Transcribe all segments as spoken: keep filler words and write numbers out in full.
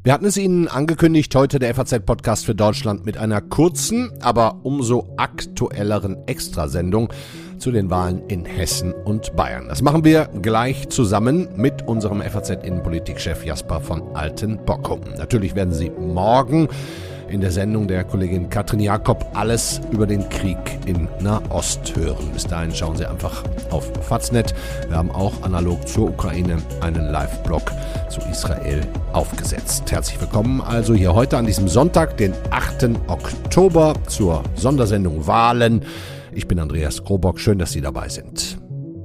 Wir hatten es Ihnen angekündigt, heute der F A Z-Podcast für Deutschland mit einer kurzen, aber umso aktuelleren Extrasendung zu den Wahlen in Hessen und Bayern. Das machen wir gleich zusammen mit unserem F A Z-Innenpolitik-Chef Jasper von Altenbockum. Natürlich werden Sie morgen in der Sendung der Kollegin Katrin Jakob alles über den Krieg in Nahost hören. Bis dahin schauen Sie einfach auf Faznet. Wir haben auch analog zur Ukraine einen Live-Blog zu Israel aufgesetzt. Herzlich willkommen also hier heute an diesem Sonntag, den achten Oktober, zur Sondersendung Wahlen. Ich bin Andreas Krobock, schön, dass Sie dabei sind.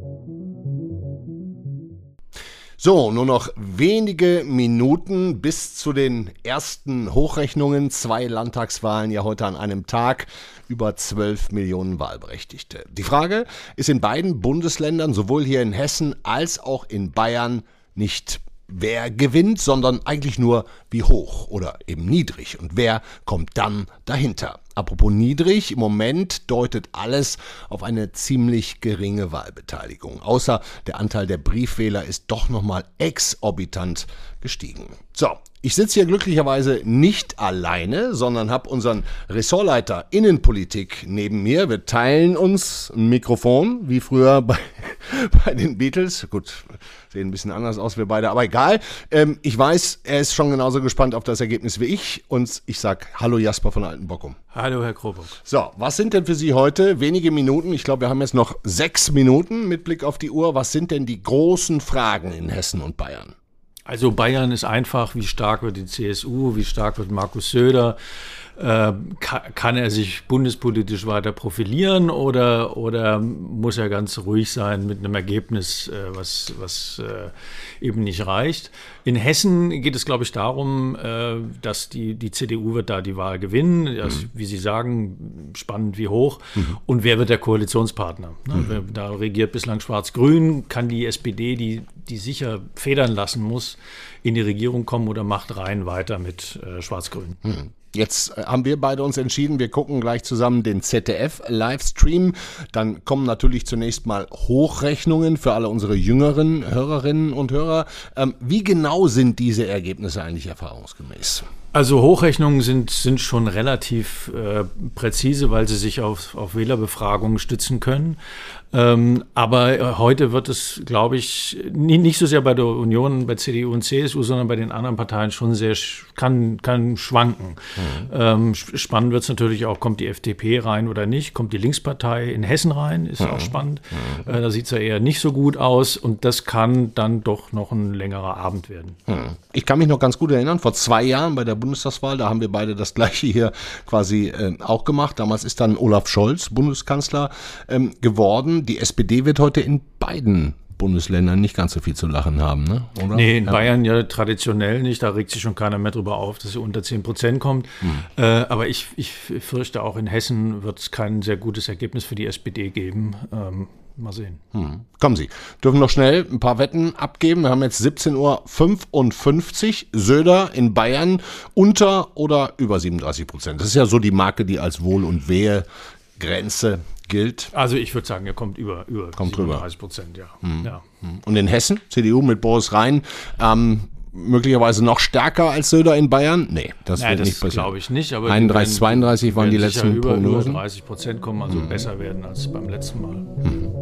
So, nur noch wenige Minuten bis zu den ersten Hochrechnungen. Zwei Landtagswahlen ja heute an einem Tag, über zwölf Millionen Wahlberechtigte. Die Frage ist in beiden Bundesländern, sowohl hier in Hessen als auch in Bayern, nicht wer gewinnt, sondern eigentlich nur wie hoch oder eben niedrig. Und wer kommt dann dahinter? Apropos niedrig, im Moment deutet alles auf eine ziemlich geringe Wahlbeteiligung. Außer der Anteil der Briefwähler ist doch nochmal exorbitant gestiegen. So, ich sitze hier glücklicherweise nicht alleine, sondern habe unseren Ressortleiter Innenpolitik neben mir. Wir teilen uns ein Mikrofon, wie früher bei, bei den Beatles. Gut, sehen ein bisschen anders aus, wir beide, aber egal. Ähm, ich weiß, er ist schon genauso gespannt auf das Ergebnis wie ich. Und ich sage Hallo Jasper von Altenbockum. Hallo Herr Krobock. So, was sind denn für Sie heute wenige Minuten? Ich glaube, wir haben jetzt noch sechs Minuten mit Blick auf die Uhr. Was sind denn die großen Fragen in Hessen und Bayern? Also Bayern ist einfach, wie stark wird die C S U, wie stark wird Markus Söder? Äh, kann, kann er sich bundespolitisch weiter profilieren oder, oder muss er ganz ruhig sein mit einem Ergebnis, äh, was, was äh, eben nicht reicht? In Hessen geht es, glaube ich, darum, äh, dass die, die C D U wird da die Wahl gewinnen. Das, mhm. Wie Sie sagen, spannend wie hoch. Mhm. Und wer wird der Koalitionspartner? Mhm. Da regiert bislang Schwarz-Grün. Kann die S P D, die, die sicher federn lassen muss, in die Regierung kommen oder macht rein weiter mit äh, Schwarz-Grün? Mhm. Jetzt haben wir beide uns entschieden, wir gucken gleich zusammen den Z D F-Livestream. Dann kommen natürlich zunächst mal Hochrechnungen für alle unsere jüngeren Hörerinnen und Hörer. Ähm, wie genau sind diese Ergebnisse eigentlich erfahrungsgemäß? Also Hochrechnungen sind, sind schon relativ äh, präzise, weil sie sich auf, auf Wählerbefragungen stützen können. Ähm, aber heute wird es, glaube ich, nie, nicht so sehr bei der Union, bei C D U und C S U, sondern bei den anderen Parteien schon sehr, kann, kann schwanken. Mhm. Ähm, spannend wird es natürlich auch, kommt die F D P rein oder nicht, kommt die Linkspartei in Hessen rein, ist mhm. auch spannend. Mhm. Äh, da sieht es ja eher nicht so gut aus und das kann dann doch noch ein längerer Abend werden. Mhm. Ich kann mich noch ganz gut erinnern, vor zwei Jahren bei der Bundestagswahl, da haben wir beide das Gleiche hier quasi äh, auch gemacht. Damals ist dann Olaf Scholz Bundeskanzler ähm, geworden. Die S P D wird heute in beiden Bundesländern nicht ganz so viel zu lachen haben, ne? Oder? Nee, in ja. Bayern ja traditionell nicht. Da regt sich schon keiner mehr drüber auf, dass sie unter zehn Prozent kommt. Hm. Äh, aber ich, ich fürchte, auch in Hessen wird es kein sehr gutes Ergebnis für die S P D geben. Ähm, mal sehen. Hm. Kommen Sie, dürfen noch schnell ein paar Wetten abgeben. Wir haben jetzt siebzehn Uhr fünfundfünfzig. Söder in Bayern unter oder über siebenunddreißig Prozent. Das ist ja so die Marke, die als Wohl- und Wehe-Grenze gilt. Also ich würde sagen, er kommt über, über kommt siebenunddreißig Prozent, ja. Mhm. ja. Und in Hessen, C D U mit Boris Rhein, ähm, möglicherweise noch stärker als Söder in Bayern? Nee, das Nein, wird das nicht passieren. glaube ich nicht. Aber einunddreißig, zweiunddreißig waren die letzten über, Prognosen. Über dreißig Prozent kommen, also mhm. besser werden als beim letzten Mal. Mhm.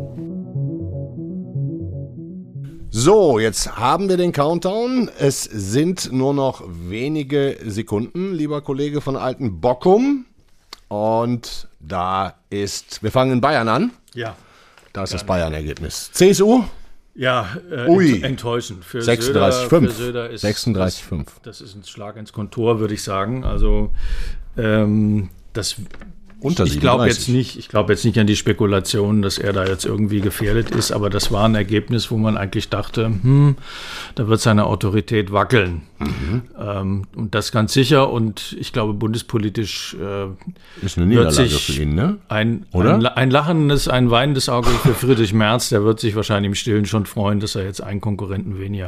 So, jetzt haben wir den Countdown. Es sind nur noch wenige Sekunden, lieber Kollege von Altenbockum. Und da ist, wir fangen in Bayern an. Ja. Da ist das Bayern-Ergebnis. C S U? Ja, äh, Ui. enttäuschend. Für sechsunddreißig Söder, Komma fünf. für Söder ist sechsunddreißig Komma fünf. Das, das ist ein Schlag ins Kontor, würde ich sagen. Also ähm, das Unter ich glaube jetzt nicht, ich glaube jetzt nicht an die Spekulation, dass er da jetzt irgendwie gefährdet ist, aber das war ein Ergebnis, wo man eigentlich dachte, hm, da wird seine Autorität wackeln. Mhm. Ähm, und das ganz sicher. Und ich glaube, bundespolitisch äh, ist eine Niederlage für ihn, ne? Ein, ein, ein lachendes, ein weinendes Auge für Friedrich Merz, der wird sich wahrscheinlich im Stillen schon freuen, dass er jetzt einen Konkurrenten weniger hat.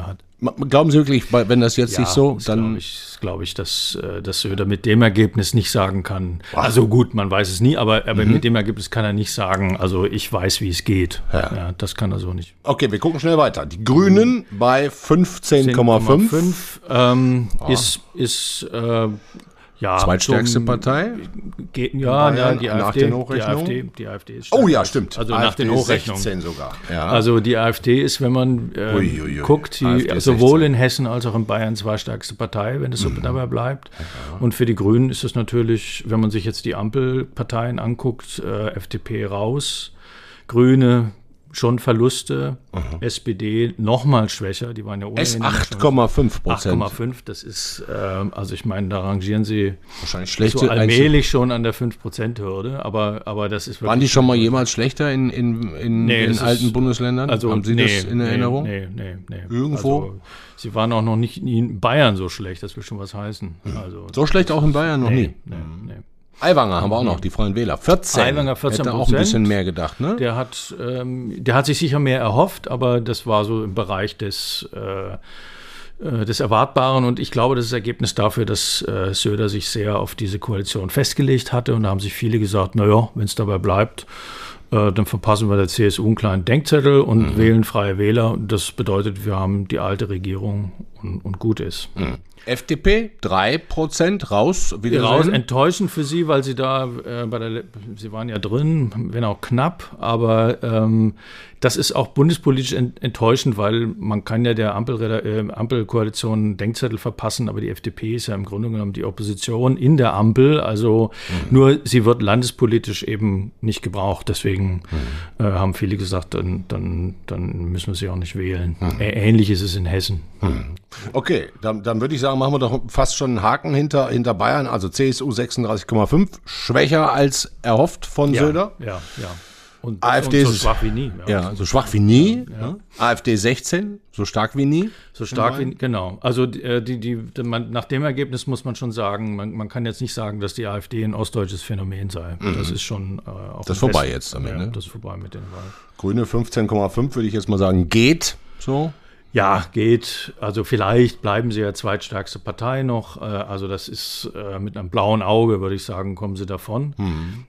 Glauben Sie wirklich, wenn das jetzt Ja, nicht so, das dann... glaube ich, glaub ich, dass, dass Söder mit dem Ergebnis nicht sagen kann. Wow. Also gut, man weiß es nie, aber, aber mhm. mit dem Ergebnis kann er nicht sagen, also ich weiß, wie es geht. Ja. Ja, das kann er so nicht. Okay, wir gucken schnell weiter. Die Grünen bei fünfzehn Komma fünf. Ähm, oh. Ist, ist äh, ja, zweitstärkste zum, Partei? Geht, ja, ja, die nach AfD, den Hochrechnungen? Die AfD, die AfD ist stark. Oh ja, stimmt. Also AfD nach den Hochrechnungen. sechzehn sogar. Ja. Also die AfD ist, wenn man äh, ui, ui, ui. guckt, die, sowohl sechzehn. In Hessen als auch in Bayern zweitstärkste Partei, wenn es so mhm. dabei bleibt. Ja. Und für die Grünen ist es natürlich, wenn man sich jetzt die Ampelparteien anguckt, äh, F D P raus, Grüne schon Verluste, aha. S P D noch mal schwächer, die waren ja ohnehin acht Komma fünf Prozent. acht Komma fünf, das ist, äh, also ich meine, da rangieren sie wahrscheinlich schlechte so allmählich schon an der fünf Prozent Hürde, aber, aber das ist wirklich... Waren die schon mal jemals schlechter in, in, in, nee, in alten ist, Bundesländern? Also, haben Sie nee, das in Erinnerung? Nee, nee, nee. Irgendwo? Also, sie waren auch noch nicht in Bayern so schlecht, das will schon was heißen. Also, so schlecht auch in Bayern noch nee, nie? Nee, nee. Aiwanger haben wir auch noch, die Freien Wähler. vierzehn. Aiwanger vierzehn Hätte auch ein bisschen mehr gedacht, ne? Der hat, ähm, der hat sich sicher mehr erhofft, aber das war so im Bereich des, äh, äh, des Erwartbaren. Und ich glaube, das ist das Ergebnis dafür, dass äh, Söder sich sehr auf diese Koalition festgelegt hatte. Und da haben sich viele gesagt, naja, wenn es dabei bleibt, äh, dann verpassen wir der C S U einen kleinen Denkzettel und mhm. wählen Freie Wähler. Das bedeutet, wir haben die alte Regierung und, und gut ist. Mhm. F D P, drei Prozent raus. Wieder raus, enttäuschend für Sie, weil Sie da äh, bei der, Sie waren ja drin, wenn auch knapp, aber ähm, das ist auch bundespolitisch ent, enttäuschend, weil man kann ja der Ampel, äh, Ampelkoalition einen Denkzettel verpassen, aber die F D P ist ja im Grunde genommen die Opposition in der Ampel, also mhm. nur sie wird landespolitisch eben nicht gebraucht, deswegen mhm. äh, haben viele gesagt, dann, dann, dann müssen wir sie auch nicht wählen. Mhm. Ähnlich ist es in Hessen. Mhm. Okay, dann, dann würde ich sagen, machen wir doch fast schon einen Haken hinter, hinter Bayern, also C S U sechsunddreißig Komma fünf, schwächer als erhofft von ja, Söder. Ja, ja. Und, AfD und so ist, schwach wie nie. Ja, ja so schwach wie nie. Ja, ja. AfD sechzehn, so stark wie nie. So stark wie nie, genau. Also die, die, die, man, nach dem Ergebnis muss man schon sagen, man, man kann jetzt nicht sagen, dass die AfD ein ostdeutsches Phänomen sei. Mhm. Das ist schon äh, auch das ist vorbei Westen. Jetzt damit, ja, ne? Das ist vorbei mit den Wahlen. Grüne fünfzehn Komma fünf würde ich jetzt mal sagen, geht so. Ja, geht. Also vielleicht bleiben sie ja zweitstärkste Partei noch. Also das ist mit einem blauen Auge, würde ich sagen, kommen sie davon. Mhm.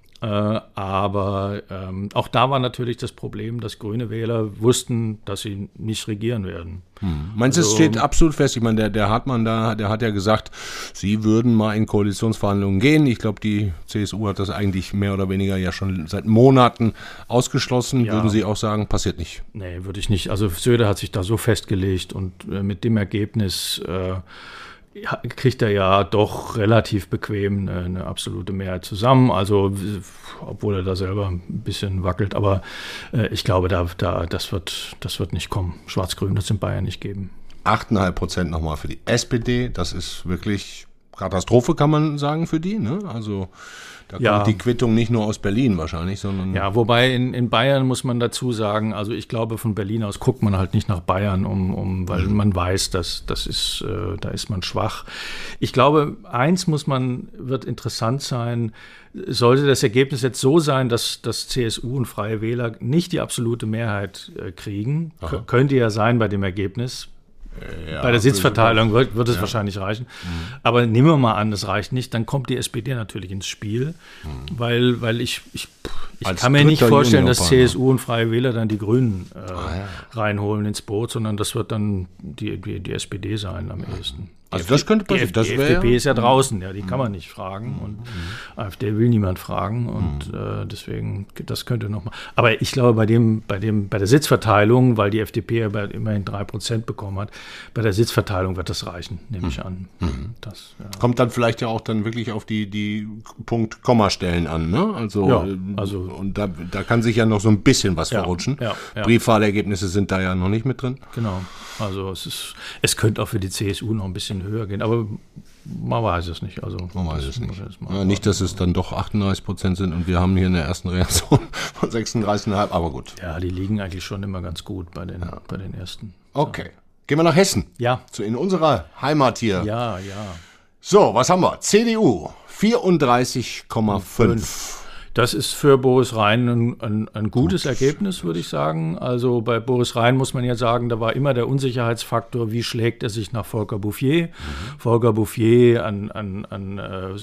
Aber ähm, auch da war natürlich das Problem, dass grüne Wähler wussten, dass sie nicht regieren werden. Hm. Meinst du, also, es steht absolut fest? Ich meine, der, der Hartmann da, der hat ja gesagt, sie würden mal in Koalitionsverhandlungen gehen. Ich glaube, die C S U hat das eigentlich mehr oder weniger ja schon seit Monaten ausgeschlossen. Ja. Würden Sie auch sagen, passiert nicht? Nee, würde ich nicht. Also Söder hat sich da so festgelegt und äh, mit dem Ergebnis äh, kriegt er ja doch relativ bequem eine, eine absolute Mehrheit zusammen, also obwohl er da selber ein bisschen wackelt, aber äh, ich glaube, da, da, das, wird, das wird nicht kommen. Schwarz-Grün wird es in Bayern nicht geben. acht Komma fünf Prozent nochmal für die S P D, das ist wirklich Katastrophe, kann man sagen, für die, ne? Also da kommt ja die Quittung nicht nur aus Berlin wahrscheinlich, sondern... Ja, wobei in, in Bayern muss man dazu sagen, also ich glaube, von Berlin aus guckt man halt nicht nach Bayern, um, um, weil mhm. man weiß, dass das ist, äh, da ist man schwach. Ich glaube, eins muss man, wird interessant sein, sollte das Ergebnis jetzt so sein, dass, dass C S U und Freie Wähler nicht die absolute Mehrheit äh, kriegen, K- könnte ja sein bei dem Ergebnis. Ja, bei der Sitzverteilung wird, wird es ja. wahrscheinlich reichen. Mhm. Aber nehmen wir mal an, das reicht nicht, dann kommt die S P D natürlich ins Spiel, mhm. weil, weil ich, ich, ich kann mir nicht vorstellen, dass C S U und Freie Wähler dann die Grünen äh, ah, ja. reinholen ins Boot, sondern das wird dann die, die, die S P D sein am ehesten. Also das könnte passieren. Die, F- die F D P ist ja draußen, ja, die kann man nicht fragen und mhm. AfD will niemand fragen und mhm. äh, deswegen, das könnte nochmal. Aber ich glaube, bei dem, bei dem, bei der Sitzverteilung, weil die F D P ja immerhin drei Prozent bekommen hat, bei der Sitzverteilung wird das reichen, nehme ich an. Mhm. Das, ja. Kommt dann vielleicht ja auch dann wirklich auf die, die Punkt-Komma-Stellen an, ne? Also, ja, also und da, da kann sich ja noch so ein bisschen was ja, verrutschen. Ja, ja. Briefwahlergebnisse sind da ja noch nicht mit drin. Genau. Also es ist, es könnte auch für die C S U noch ein bisschen höher gehen, aber man weiß es nicht. Also man weiß es nicht. Ja, nicht, dass es dann doch achtunddreißig Prozent sind und wir haben hier in der ersten Reaktion von sechsunddreißig Komma fünf, aber gut. Ja, die liegen eigentlich schon immer ganz gut bei den, ja. bei den ersten. Okay. Gehen wir nach Hessen. Ja. Zu in unserer Heimat hier. Ja, ja. So, was haben wir? C D U, vierunddreißig Komma fünf. Das ist für Boris Rhein ein, ein, ein gutes Gut. Ergebnis, würde ich sagen. Also bei Boris Rhein muss man ja sagen, da war immer der Unsicherheitsfaktor, wie schlägt er sich nach Volker Bouffier. Mhm. Volker Bouffier an, an, an, äh,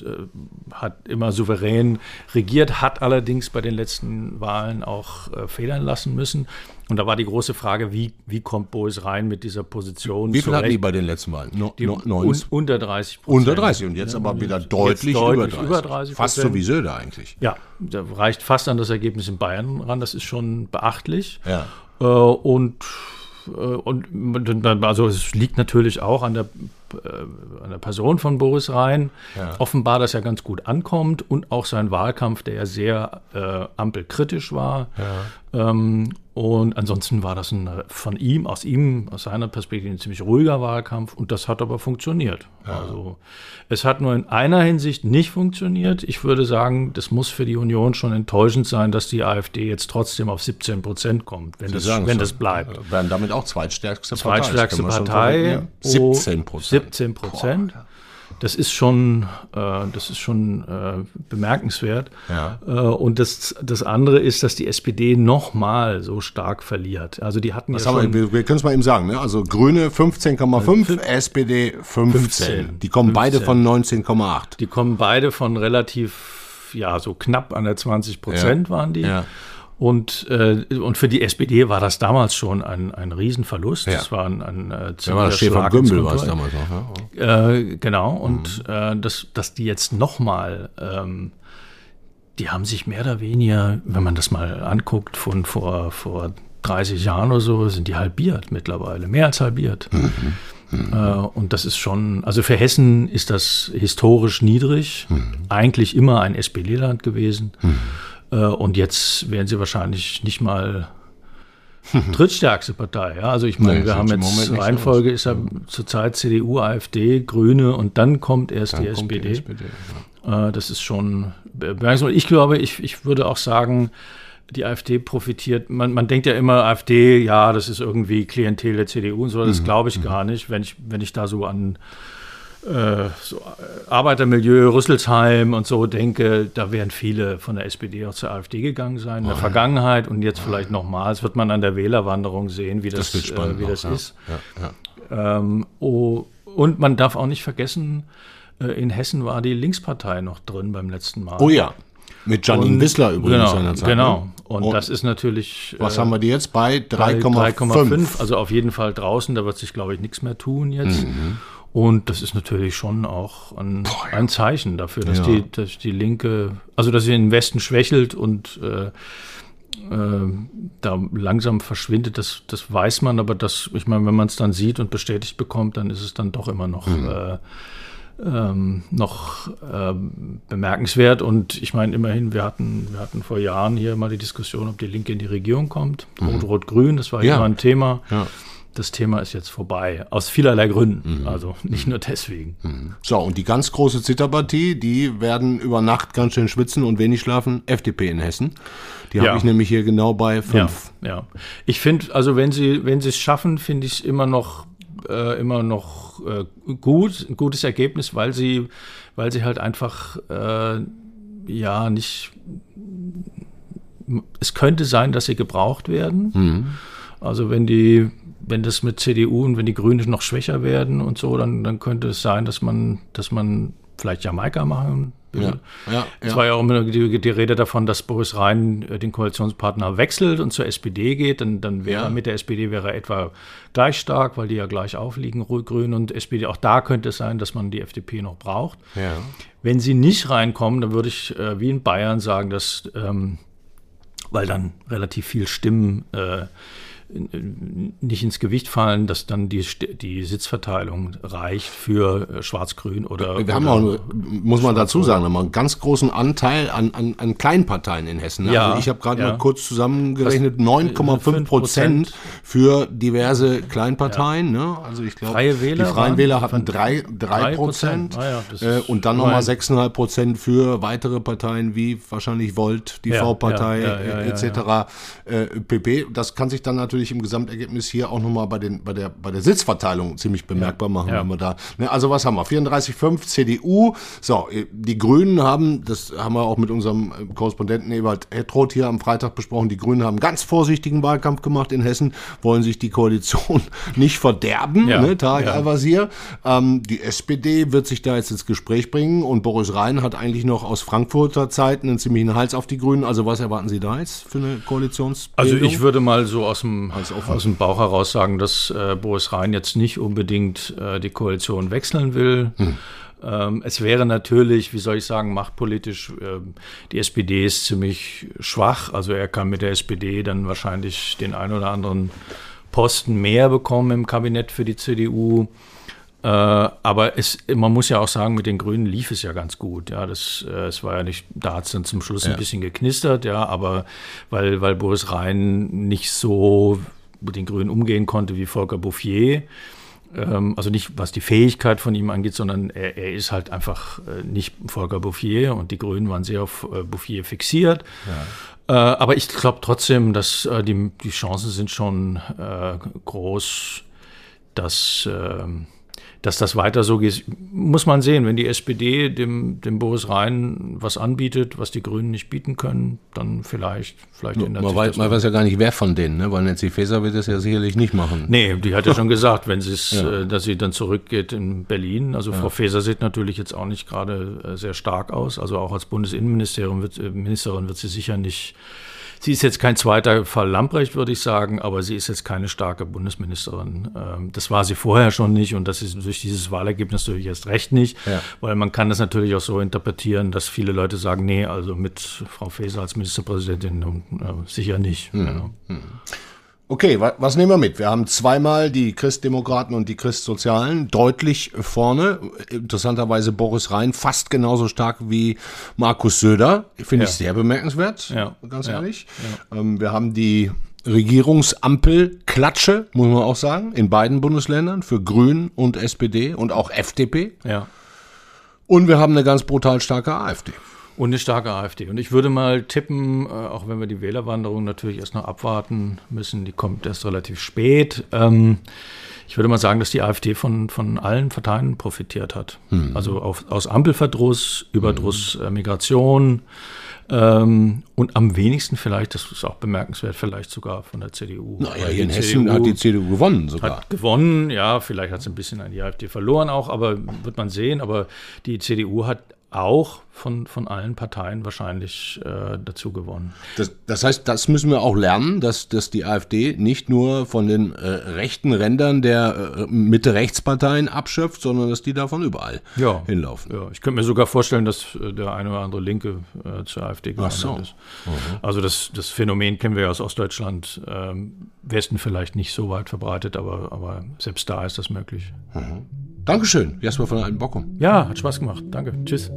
hat immer souverän regiert, hat allerdings bei den letzten Wahlen auch äh, federn lassen müssen. Und da war die große Frage, wie, wie kommt Boris Rhein mit dieser Position Wie viel hatten die bei den letzten Wahlen? No, die, no, un, unter dreißig Prozent. Unter dreißig und jetzt ja, aber wieder deutlich, deutlich über dreißig. Fast so wie Söder eigentlich. Ja, da reicht fast an das Ergebnis in Bayern ran. Das ist schon beachtlich. Ja. Äh, und, äh, und also es liegt natürlich auch an der, äh, an der Person von Boris Rhein. Ja. Offenbar, dass er ganz gut ankommt und auch sein Wahlkampf, der ja sehr äh, ampelkritisch war. Ja. Ähm, Und ansonsten war das ein, von ihm, aus ihm, aus seiner Perspektive ein ziemlich ruhiger Wahlkampf und das hat aber funktioniert. Ja. Also es hat nur in einer Hinsicht nicht funktioniert. Ich würde sagen, das muss für die Union schon enttäuschend sein, dass die AfD jetzt trotzdem auf siebzehn Prozent kommt, wenn, das, wenn das bleibt. Wir werden damit auch zweitstärkste Partei. Zweitstärkste Partei. siebzehn Prozent. siebzehn Prozent. Boah. Das ist schon, äh, das ist schon äh, bemerkenswert. Ja. Äh, und das, das andere ist, dass die S P D nochmal so stark verliert. Also die hatten Was ja haben schon... Wir, wir können es mal eben sagen, ne? Also Grüne fünfzehn Komma fünf, fünf, S P D fünfzehn. fünfzehn. Die kommen fünfzehn. beide von neunzehn Komma acht. Die kommen beide von relativ, ja, so knapp an der zwanzig Prozent ja. waren die. Ja. Und, äh, und für die S P D war das damals schon ein, ein Riesenverlust. Ja. Das war ein, ein äh, ja, war das Stefan Gümbel war es damals auch. Ja? Äh, genau, und mhm. äh, das, dass die jetzt nochmal, ähm, die haben sich mehr oder weniger, wenn man das mal anguckt, von vor, vor dreißig Jahren oder so, sind die halbiert mittlerweile, mehr als halbiert. Mhm. Mhm. Äh, und das ist schon, also für Hessen ist das historisch niedrig, mhm. eigentlich immer ein S P D-Land gewesen. Mhm. Und jetzt wären sie wahrscheinlich nicht mal drittstärkste Partei. Ja? Also ich meine, nee, wir haben jetzt Reihenfolge ist ja zurzeit C D U, AfD, Grüne und dann kommt erst dann die, kommt S P D. die S P D. Ja. Das ist schon bemerkenswert. Ich glaube, ich, ich würde auch sagen, die AfD profitiert. Man, man denkt ja immer, AfD, ja, das ist irgendwie Klientel der C D U und so. Das mhm. glaube ich mhm. gar nicht, wenn ich, wenn ich da so an Äh, so Arbeitermilieu, Rüsselsheim und so denke, da wären viele von der S P D auch zur AfD gegangen sein in der oh, Vergangenheit und jetzt oh, vielleicht nochmal. Das wird man an der Wählerwanderung sehen, wie das, das, äh, wie das auch, ist. Ja, ja. Ähm, oh, und man darf auch nicht vergessen, äh, in Hessen war die Linkspartei noch drin beim letzten Mal. Oh ja, mit Janine und, Wissler übrigens. Genau, Zeit, genau. Und oh, das ist natürlich... Was äh, haben wir die jetzt bei? drei Komma fünf. Also auf jeden Fall draußen, da wird sich, glaube ich, nichts mehr tun jetzt. Mhm. Und das ist natürlich schon auch ein, Boah, ja. ein Zeichen dafür, dass, ja. die, dass die Linke, also dass sie den Westen schwächelt und äh, äh, da langsam verschwindet, das, das weiß man, aber das, ich meine, wenn man es dann sieht und bestätigt bekommt, dann ist es dann doch immer noch, mhm. äh, ähm, noch äh, bemerkenswert. Und ich meine, immerhin, wir hatten, wir hatten vor Jahren hier mal die Diskussion, ob die Linke in die Regierung kommt. Mhm. Rot-Rot-Grün, das war ja immer ein Thema. Ja. Das Thema ist jetzt vorbei, aus vielerlei Gründen, mhm. also nicht nur deswegen. Mhm. So, und die ganz große Zitterpartie, die werden über Nacht ganz schön schwitzen und wenig schlafen, F D P in Hessen. Die ja. habe ich nämlich hier genau bei fünf. Ja, ja. Ich finde, also wenn sie wenn sie es schaffen, finde ich es immer noch, äh, immer noch äh, gut, ein gutes Ergebnis, weil sie, weil sie halt einfach, äh, ja, nicht, es könnte sein, dass sie gebraucht werden. Mhm. Also wenn die Wenn das mit C D U und wenn die Grünen noch schwächer werden und so, dann, dann könnte es sein, dass man, dass man vielleicht Jamaika machen will. Ja, ja, es ja. war ja auch immer die, die Rede davon, dass Boris Rhein den Koalitionspartner wechselt und zur S P D geht. Dann, dann wäre ja. mit der S P D wäre er etwa gleich stark, weil die ja gleich aufliegen, Grün und S P D. Auch da könnte es sein, dass man die F D P noch braucht. Ja. Wenn sie nicht reinkommen, dann würde ich äh, wie in Bayern sagen, dass, ähm, weil dann relativ viel Stimmen äh, nicht ins Gewicht fallen, dass dann die, die Sitzverteilung reicht für Schwarz-Grün oder... Wir haben oder auch, muss man dazu sagen, haben wir einen ganz großen Anteil an, an, an Kleinparteien in Hessen. Ja, also ich habe gerade ja. mal kurz zusammengerechnet, neun Komma fünf Prozent für diverse Kleinparteien. Ja. Ne? Also ich glaube, Freie Wähler die Freien Wähler hatten drei Prozent ah ja, äh, und dann nochmal sechs Komma fünf Prozent für weitere Parteien wie wahrscheinlich Volt, die ja, V-Partei ja, ja, ja, et cetera. Ja, ja. Äh, P P, das kann sich dann natürlich natürlich im Gesamtergebnis hier auch nochmal bei, den, bei, der, bei der Sitzverteilung ziemlich bemerkbar machen, ja. wenn wir da. Ne, also was haben wir? vierunddreißig Komma fünf C D U. So, die Grünen haben, das haben wir auch mit unserem Korrespondenten Ewald Hettroth hier am Freitag besprochen, die Grünen haben einen ganz vorsichtigen Wahlkampf gemacht in Hessen, wollen sich die Koalition nicht verderben, ja. ne, Tarek ja. Al-Wazir. Ähm, die S P D wird sich da jetzt ins Gespräch bringen und Boris Rhein hat eigentlich noch aus Frankfurter Zeiten einen ziemlichen Hals auf die Grünen. Also was erwarten Sie da jetzt für eine Koalitionsbildung? Also ich würde mal so aus dem, aus dem Bauch heraus sagen, dass äh, Boris Rhein jetzt nicht unbedingt äh, die Koalition wechseln will. Hm. Ähm, es wäre natürlich, wie soll ich sagen, machtpolitisch, äh, die S P D ist ziemlich schwach. Also er kann mit der S P D dann wahrscheinlich den ein oder anderen Posten mehr bekommen im Kabinett für die C D U. Äh, aber es, man muss ja auch sagen, mit den Grünen lief es ja ganz gut. Ja, das, äh, es war ja nicht, da hat es dann zum Schluss ja. ein bisschen geknistert, ja, aber weil, weil Boris Rhein nicht so mit den Grünen umgehen konnte wie Volker Bouffier. Ähm, also nicht, was die Fähigkeit von ihm angeht, sondern er, er ist halt einfach äh, nicht Volker Bouffier und die Grünen waren sehr auf äh, Bouffier fixiert. Ja. Äh, aber ich glaube trotzdem, dass äh, die, die Chancen sind schon äh, groß, dass äh, Dass das weiter so geht, muss man sehen. Wenn die S P D dem, dem Boris Rhein was anbietet, was die Grünen nicht bieten können, dann vielleicht, vielleicht ja, ändert man sich weiß, das. Man weiß ja gar nicht, wer von denen, ne? Weil Nancy Faeser wird das ja sicherlich nicht machen. Nee, die hat ja schon gesagt, wenn sie es, ja. äh, dass sie dann zurückgeht in Berlin. Also ja. Frau Faeser sieht natürlich jetzt auch nicht gerade äh, sehr stark aus. Also auch als Bundesinnenministerin wird, äh, Ministerin wird sie sicher nicht. Sie ist jetzt kein zweiter Fall Lambrecht, würde ich sagen, aber sie ist jetzt keine starke Bundesministerin. Das war sie vorher schon nicht und das ist durch dieses Wahlergebnis natürlich erst recht nicht, ja. weil man kann das natürlich auch so interpretieren, dass viele Leute sagen, nee, also mit Frau Faeser als Ministerpräsidentin äh, sicher nicht. Mhm. Ja. Okay, wa- was nehmen wir mit? Wir haben zweimal die Christdemokraten und die Christsozialen deutlich vorne. Interessanterweise Boris Rhein fast genauso stark wie Markus Söder. Finde ja. ich sehr bemerkenswert, ja. ganz ehrlich. Ja. Ja. Ähm, wir haben die Regierungsampel-Klatsche, muss man auch sagen, in beiden Bundesländern für Grünen und S P D und auch F D P. Ja. Und wir haben eine ganz brutal starke AfD. Und eine starke AfD. Und ich würde mal tippen, auch wenn wir die Wählerwanderung natürlich erst noch abwarten müssen, die kommt erst relativ spät. Ähm, ich würde mal sagen, dass die AfD von, von allen Parteien profitiert hat. Hm. Also auf, aus Ampelverdruss, Überdruss, hm. äh, Migration ähm, und am wenigsten vielleicht, das ist auch bemerkenswert, vielleicht sogar von der C D U. Naja, hier in Hessen C D U hat die C D U gewonnen sogar. Hat gewonnen, ja, vielleicht hat es ein bisschen an die AfD verloren auch, aber wird man sehen. Aber die C D U hat auch von, von allen Parteien wahrscheinlich äh, dazu gewonnen. Das, das heißt, das müssen wir auch lernen, dass, dass die AfD nicht nur von den äh, rechten Rändern der äh, Mitte-Rechts-Parteien abschöpft, sondern dass die davon überall ja. hinlaufen. Ja, ich könnte mir sogar vorstellen, dass äh, der eine oder andere Linke äh, zur AfD gewandert so. ist. Mhm. Also das, das Phänomen kennen wir ja aus Ostdeutschland, ähm, Westen vielleicht nicht so weit verbreitet, aber, aber selbst da ist das möglich. Mhm. Dankeschön, Jasper von Altenbockum. Ja, hat Spaß gemacht. Danke. Tschüss.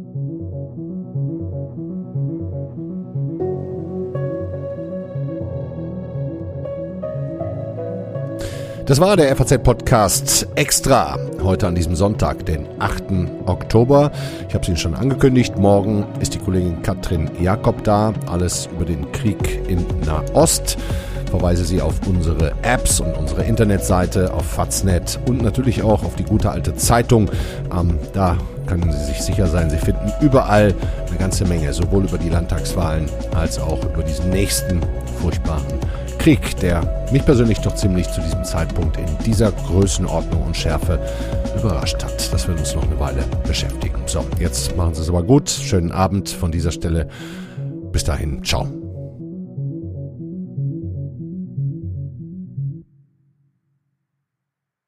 Das war der F A Z-Podcast Extra. Heute an diesem Sonntag, den achten Oktober. Ich habe es Ihnen schon angekündigt. Morgen ist die Kollegin Katrin Jakob da. Alles über den Krieg in Nahost. Verweise Sie auf unsere Apps und unsere Internetseite, auf Faznet und natürlich auch auf die gute alte Zeitung. Ähm, da können Sie sich sicher sein, Sie finden überall eine ganze Menge, sowohl über die Landtagswahlen als auch über diesen nächsten furchtbaren Krieg, der mich persönlich doch ziemlich zu diesem Zeitpunkt in dieser Größenordnung und Schärfe überrascht hat. Das wird uns noch eine Weile beschäftigen. So, jetzt machen Sie es aber gut. Schönen Abend von dieser Stelle. Bis dahin, ciao.